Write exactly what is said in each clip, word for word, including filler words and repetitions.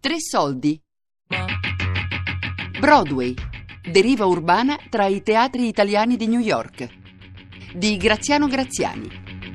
Tre soldi. Broadway, deriva urbana tra i teatri italiani di New York, di Graziano Graziani.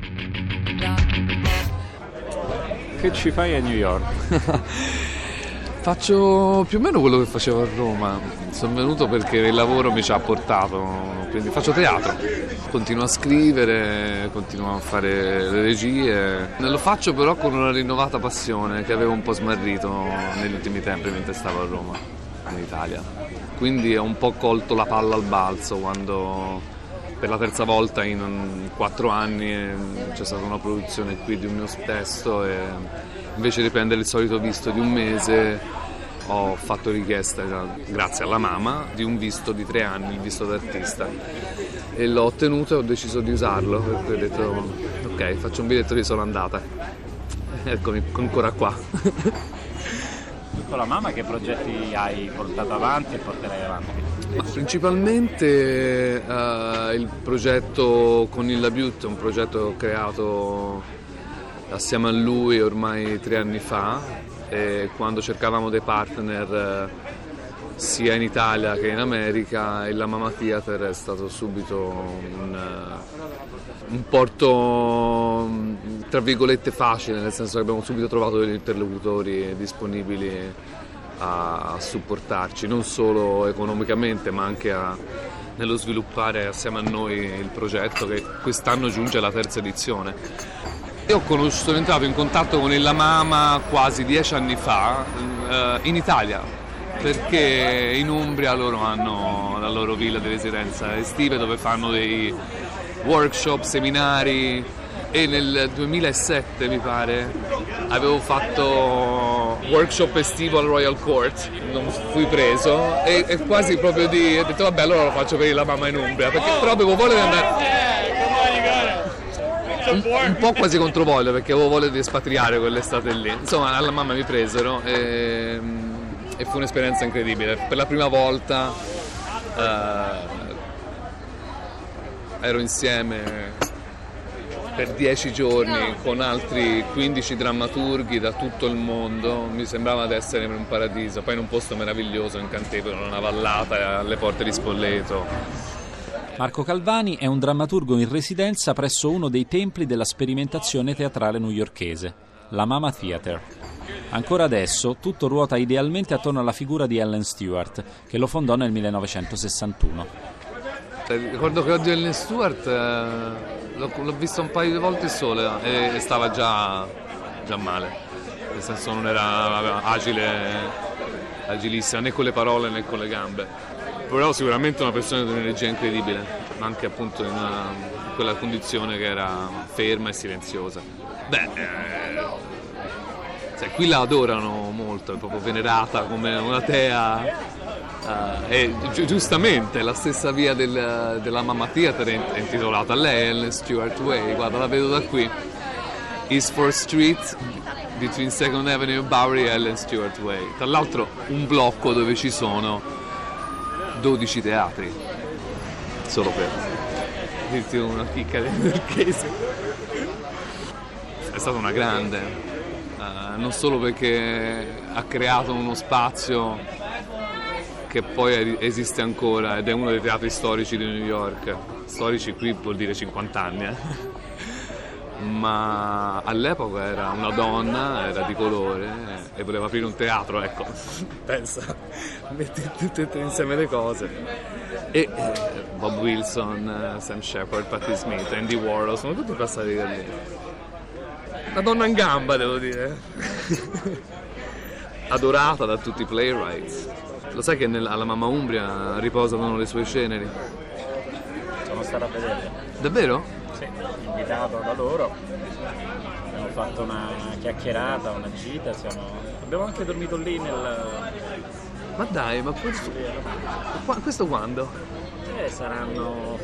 Che ci fai a New York? Faccio più o meno quello che facevo a Roma. Sono venuto perché il lavoro mi ci ha portato, quindi faccio teatro. Continuo a scrivere, continuo a fare le regie. Lo faccio però con una rinnovata passione che avevo un po' smarrito negli ultimi tempi mentre stavo a Roma, in Italia. Quindi ho un po' colto la palla al balzo quando per la terza volta in quattro anni c'è stata una produzione qui di un mio testo e invece di prendere il solito visto di un mese ho fatto richiesta, grazie alla mamma, di un visto di tre anni, il visto d'artista, e l'ho ottenuto e ho deciso di usarlo, per cui ho detto ok, faccio un biglietto di sola andata, eccomi ancora qua. Con la mamma che progetti hai portato avanti e porterai avanti? Ma principalmente uh, il progetto con il Labute, un progetto che ho creato assieme a lui ormai tre anni fa, e quando cercavamo dei partner sia in Italia che in America, il La Mama Theater è stato subito un, un porto tra virgolette facile, nel senso che abbiamo subito trovato degli interlocutori disponibili a, a supportarci, non solo economicamente ma anche a, nello sviluppare assieme a noi il progetto che quest'anno giunge alla terza edizione. Io ho conosciuto, sono entrato in contatto con il La Mama quasi dieci anni fa eh, in Italia, perché in Umbria loro hanno la loro villa di residenza estive dove fanno dei workshop, seminari, e nel duemilasette mi pare avevo fatto workshop estivo al Royal Court, non fui preso e, e quasi proprio di ho detto vabbè allora lo faccio per il La Mama in Umbria, perché però avevo voglia di andare un, un po' quasi controvoglia, perché avevo voglia di espatriare quell'estate lì. Insomma, alla mamma mi presero e, e fu un'esperienza incredibile. Per la prima volta eh, ero insieme per dieci giorni con altri quindici drammaturghi da tutto il mondo. Mi sembrava di essere in un paradiso, poi in un posto meraviglioso, incantevole, in una vallata alle porte di Spoleto. Marco Calvani è un drammaturgo in residenza presso uno dei templi della sperimentazione teatrale newyorkese, La Mama Theater. Ancora adesso tutto ruota idealmente attorno alla figura di Ellen Stewart, che lo fondò nel millenovecentosessantuno. Ricordo che oggi Ellen Stewart eh, l'ho, l'ho visto un paio di volte sole e, e stava già, già male, nel senso non era agile, agilissima né con le parole né con le gambe. Però sicuramente una persona di un'energia incredibile, ma anche appunto in, una, in quella condizione che era ferma e silenziosa. Beh, eh, cioè, qui la adorano molto, è proprio venerata come una dea, eh, e gi- giustamente la stessa via del, della Mama Theater è intitolata a lei, Ellen Stewart Way, guarda la vedo da qui, East fourth Street, between second Avenue e Bowery e Ellen Stewart Way. Tra l'altro un blocco dove ci sono dodici teatri, solo per dirti una chicca del newyorkese. È stata una grande, uh, non solo perché ha creato uno spazio che poi esiste ancora ed è uno dei teatri storici di New York, storici qui vuol dire cinquanta anni, eh? Ma all'epoca era una donna, era di colore e voleva aprire un teatro, ecco, pensa, metti tutte insieme le cose. E eh, Bob Wilson, Sam Shepard, Patti Smith, Andy Warhol, sono tutti passati da lì. Una donna in gamba, devo dire. Adorata da tutti i playwrights. Lo sai che nel, alla Mama Umbria riposano le sue ceneri? Sono stato a vedere. Davvero? Sì, invitato da loro, abbiamo fatto una chiacchierata, una gita, siamo... abbiamo anche dormito lì nel... Ma dai, ma questo, questo quando? Eh, saranno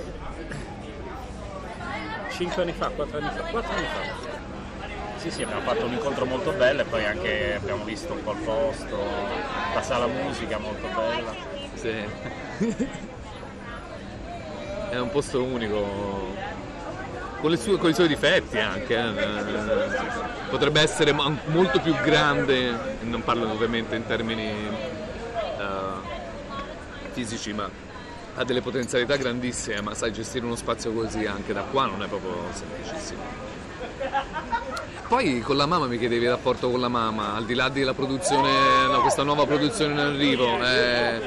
cinque anni fa, quattro anni fa, quattro anni fa. Sì, sì, abbiamo fatto un incontro molto bello e poi anche abbiamo visto un po' il posto, la sala musica molto bella. Sì. È un posto unico. con, le sue, con i suoi difetti anche. Eh. Potrebbe essere molto più grande, non parlo ovviamente in termini uh, fisici, ma ha delle potenzialità grandissime, ma sai, gestire uno spazio così anche da qua non è proprio semplicissimo. Poi con la mamma mi chiedevi il rapporto con la mamma, al di là della produzione, no, questa nuova produzione in arrivo, eh,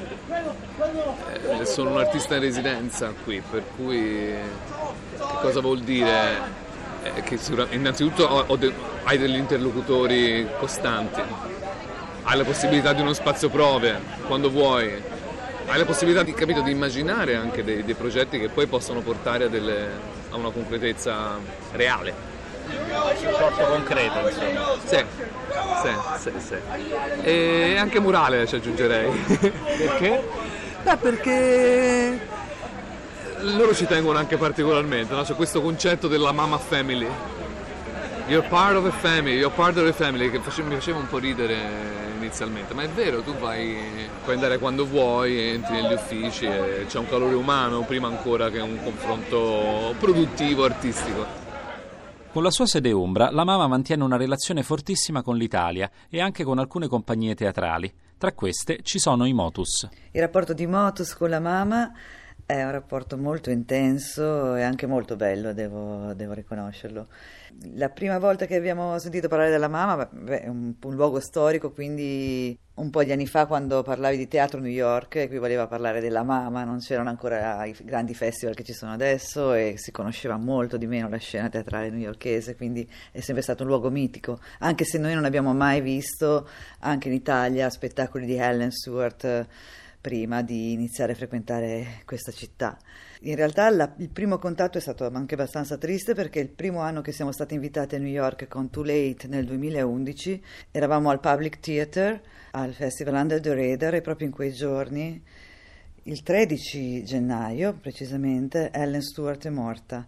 eh, sono un artista in residenza qui, per cui che cosa vuol dire? Eh, che innanzitutto ho, ho de- hai degli interlocutori costanti, hai la possibilità di uno spazio prove quando vuoi, hai la possibilità di, capito, di immaginare anche dei, dei progetti che poi possono portare a, delle, a una concretezza reale. Supporto concreto, insomma. Sì, sì, sì, sì. E anche murale ci aggiungerei. Perché? Beh, perché loro ci tengono anche particolarmente, no? C'è questo concetto della mama family. You're part of a family, you're part of a family, che face, mi faceva un po' ridere inizialmente, ma è vero, tu vai, puoi andare quando vuoi, entri negli uffici e c'è un calore umano prima ancora che un confronto produttivo, artistico. Con la sua sede ombra, la Mama mantiene una relazione fortissima con l'Italia e anche con alcune compagnie teatrali. Tra queste ci sono i Motus. Il rapporto di Motus con la Mama è un rapporto molto intenso e anche molto bello, devo, devo riconoscerlo. La prima volta che abbiamo sentito parlare della Mama, beh, è un, un luogo storico, quindi un po' di anni fa, quando parlavi di teatro New York, equivaleva a parlare della Mama, non c'erano ancora i grandi festival che ci sono adesso e si conosceva molto di meno la scena teatrale newyorkese, quindi è sempre stato un luogo mitico, anche se noi non abbiamo mai visto, anche in Italia, spettacoli di Ellen Stewart prima di iniziare a frequentare questa città. In realtà la, il primo contatto è stato anche abbastanza triste, perché il primo anno che siamo stati invitati a New York con Too Late nel duemilaundici eravamo al Public Theater al Festival Under the Radar, e proprio in quei giorni, il tredici gennaio precisamente, Ellen Stewart è morta.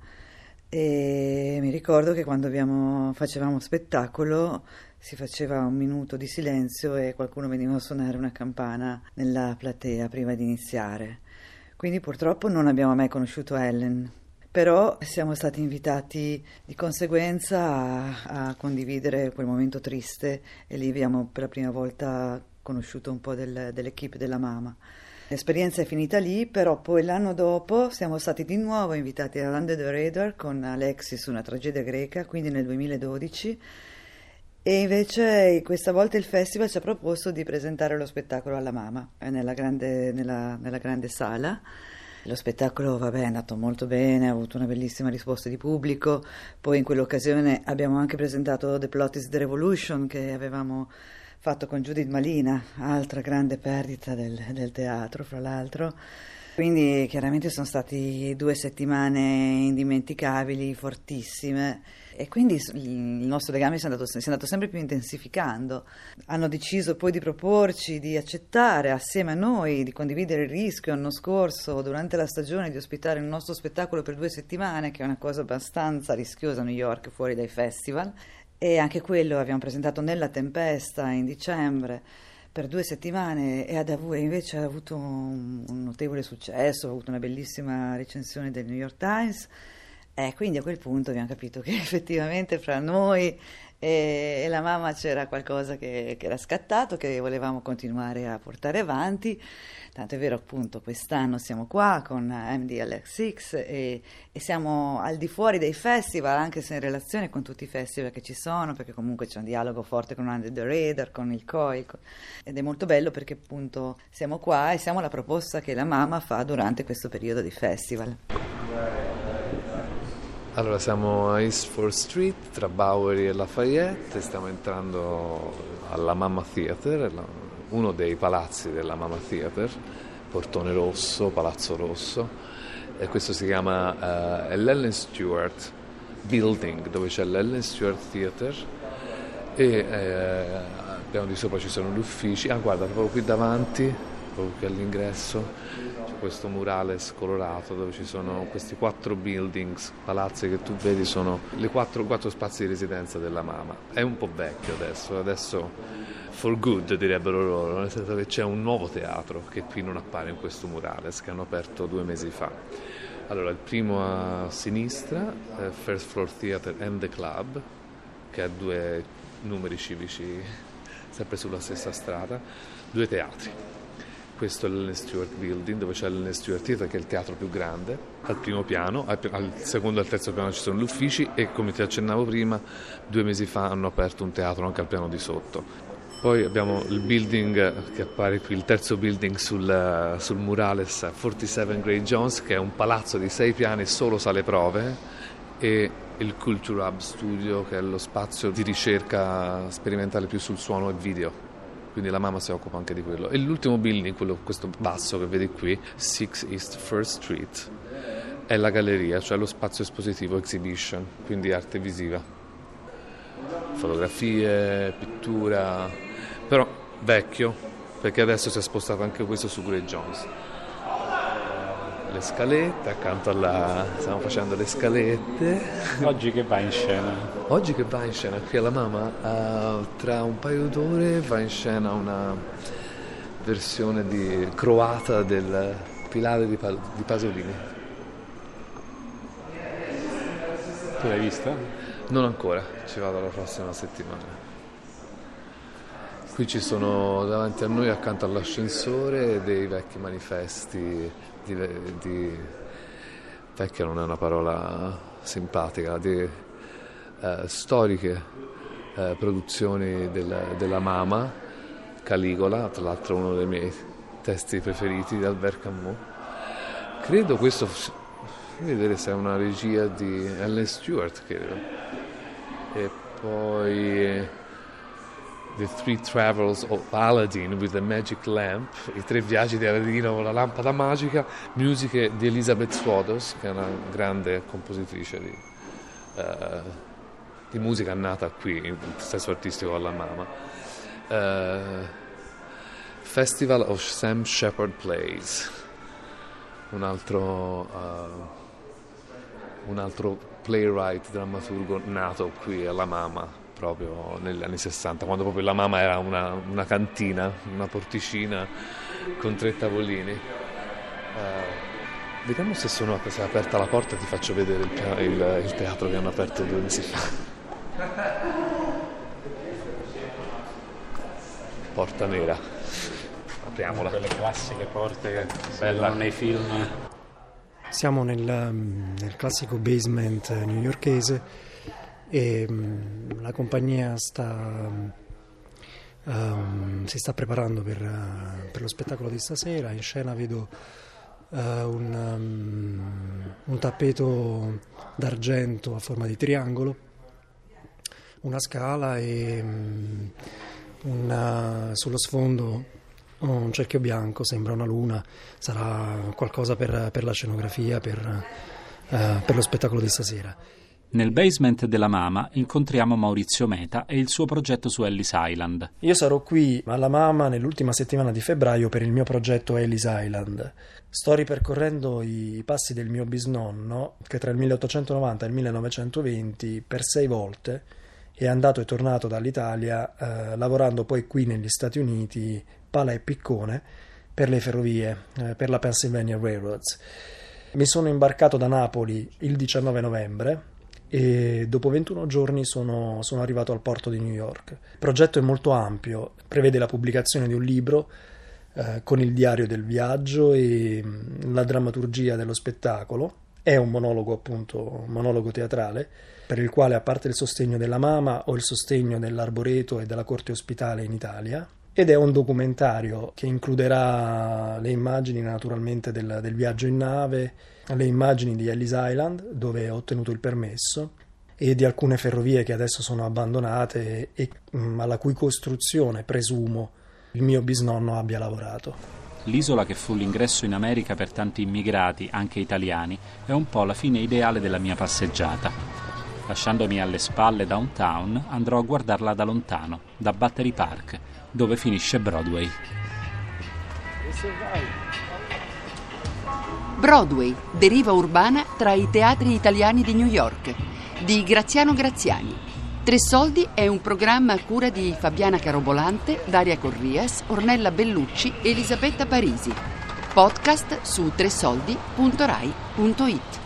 E mi ricordo che quando abbiamo, facevamo spettacolo si faceva un minuto di silenzio e qualcuno veniva a suonare una campana nella platea prima di iniziare. Quindi purtroppo non abbiamo mai conosciuto Ellen, però siamo stati invitati di conseguenza a, a condividere quel momento triste, e lì abbiamo per la prima volta conosciuto un po' del, dell'equipe della Mama. L'esperienza è finita lì, però poi l'anno dopo siamo stati di nuovo invitati a Under the Radar con Alexis, una tragedia greca, quindi nel duemiladodici, e invece questa volta il festival ci ha proposto di presentare lo spettacolo alla Mama nella grande, nella, nella grande sala. Lo spettacolo, vabbè, è andato molto bene, ha avuto una bellissima risposta di pubblico. Poi in quell'occasione abbiamo anche presentato The Plot is the Revolution, che avevamo fatto con Judith Malina, altra grande perdita del, del teatro, fra l'altro. Quindi chiaramente sono stati due settimane indimenticabili, fortissime, e quindi il nostro legame si è andato, si è andato sempre più intensificando. Hanno deciso poi di proporci di accettare assieme a noi, di condividere il rischio l'anno scorso, durante la stagione, di ospitare il nostro spettacolo per due settimane, che è una cosa abbastanza rischiosa a New York, fuori dai festival. E anche quello abbiamo presentato nella Tempesta in dicembre per due settimane, e ad avu- invece ha avuto un, un notevole successo, ha avuto una bellissima recensione del New York Times, e quindi a quel punto abbiamo capito che effettivamente fra noi e, e la Mama c'era qualcosa che, che era scattato, che volevamo continuare a portare avanti. Tanto è vero, appunto, quest'anno siamo qua con M D L X X e, e siamo al di fuori dei festival, anche se in relazione con tutti i festival che ci sono, perché comunque c'è un dialogo forte con Under the Radar, con il C O I, ed è molto bello perché appunto siamo qua e siamo la proposta che la Mama fa durante questo periodo di festival. Allora, siamo a East fourth Street, tra Bowery e Lafayette, e stiamo entrando alla Mama Theater, uno dei palazzi della Mama Theater, Portone Rosso, Palazzo Rosso, e questo si chiama uh, l'Ellen Stewart Building, dove c'è l'Ellen Stewart Theater, e eh, abbiamo di sopra ci sono gli uffici. Ah, guarda, proprio qui davanti, proprio qui all'ingresso, questo murale scolorato dove ci sono questi quattro buildings, palazzi che tu vedi, sono le quattro, quattro spazi di residenza della Mama. È un po' vecchio adesso, adesso for good direbbero loro, nel senso che c'è un nuovo teatro che qui non appare in questo murales, che hanno aperto due mesi fa. Allora, il primo a sinistra, eh, First Floor Theatre and the Club, che ha due numeri civici sempre sulla stessa strada, due teatri. Questo è l'Ellen Stewart Building, dove c'è l'Ellen Stewart Theatre, che è il teatro più grande, al primo piano, al, al secondo e al terzo piano ci sono gli uffici e, come ti accennavo prima, due mesi fa hanno aperto un teatro anche al piano di sotto. Poi abbiamo il building che appare qui, il terzo building sul, sul murales, quarantasette Great Jones, che è un palazzo di sei piani, solo sale prove, e il Culture Hub Studio, che è lo spazio di ricerca sperimentale più sul suono e video. Quindi la mamma si occupa anche di quello. E l'ultimo building, quello, questo basso che vedi qui, six East First Street, è la galleria, cioè lo spazio espositivo exhibition, quindi arte visiva. Fotografie, pittura, però vecchio, perché adesso si è spostato anche questo su Great Jones. Le scalette, accanto alla... stiamo facendo le scalette. Oggi che va in scena? Oggi che va in scena qui alla mamma, uh, tra un paio d'ore va in scena una versione di croata del Pilade di, pa- di Pasolini. Tu l'hai vista? Non ancora, ci vado la prossima settimana. Qui ci sono davanti a noi, accanto all'ascensore, dei vecchi manifesti di, di vecchia non è una parola simpatica, di eh, storiche eh, produzioni del, della Mama, Caligola, tra l'altro uno dei miei testi preferiti di Albert Camus. Credo questo, vedere se è una regia di Ellen Stewart, credo. E poi The Three Travels of Aladdin with the Magic Lamp, i tre viaggi di Aladino con la lampada magica, musiche di Elizabeth Swados, che è una grande compositrice di, uh, di musica nata qui, in stesso artistico alla Mama. Uh, Festival of Sam Shepard Plays, un altro, uh, un altro playwright, drammaturgo nato qui alla Mama, proprio negli anni sessanta, quando proprio la Mama era una, una cantina, una porticina con tre tavolini. Uh, vediamo se, sono, se è aperta la porta, ti faccio vedere il, il, il teatro che hanno aperto due mesi fa. Porta nera. Apriamola. Quelle classiche porte che bella nei film. Siamo nel, nel classico basement newyorkese e um, la compagnia sta, um, si sta preparando per, uh, per lo spettacolo di stasera. In scena vedo uh, un, um, un tappeto d'argento a forma di triangolo, una scala e um, una, sullo sfondo un cerchio bianco, sembra una luna, sarà qualcosa per, per la scenografia, per, uh, per lo spettacolo di stasera. Nel basement della Mama incontriamo Maurizio Meta e il suo progetto su Ellis Island. Io sarò qui alla Mama nell'ultima settimana di febbraio per il mio progetto Ellis Island. Sto ripercorrendo i passi del mio bisnonno, che tra il milleottocentonovanta e il millenovecentoventi per sei volte è andato e tornato dall'Italia, eh, lavorando poi qui negli Stati Uniti, pala e piccone, per le ferrovie, eh, per la Pennsylvania Railroads. Mi sono imbarcato da Napoli il diciannove novembre e dopo ventuno giorni sono, sono arrivato al porto di New York. Il progetto è molto ampio, prevede la pubblicazione di un libro eh, con il diario del viaggio e mh, la drammaturgia dello spettacolo. È un monologo, appunto, un monologo teatrale, per il quale, a parte il sostegno della Mama, ho il sostegno dell'Arboreto e della Corte Ospitale in Italia, ed è un documentario che includerà le immagini naturalmente del, del viaggio in nave, le immagini di Ellis Island, dove ho ottenuto il permesso, e di alcune ferrovie che adesso sono abbandonate e mh, alla cui costruzione, presumo, il mio bisnonno abbia lavorato. L'isola che fu l'ingresso in America per tanti immigrati, anche italiani, è un po' la fine ideale della mia passeggiata. Lasciandomi alle spalle downtown, andrò a guardarla da lontano, da Battery Park, dove finisce Broadway. Broadway, deriva urbana tra i teatri italiani di New York, di Graziano Graziani. Tre soldi è un programma a cura di Fabiana Carobolante, Daria Corrias, Ornella Bellucci e Elisabetta Parisi. Podcast su tresoldi punto rai punto it.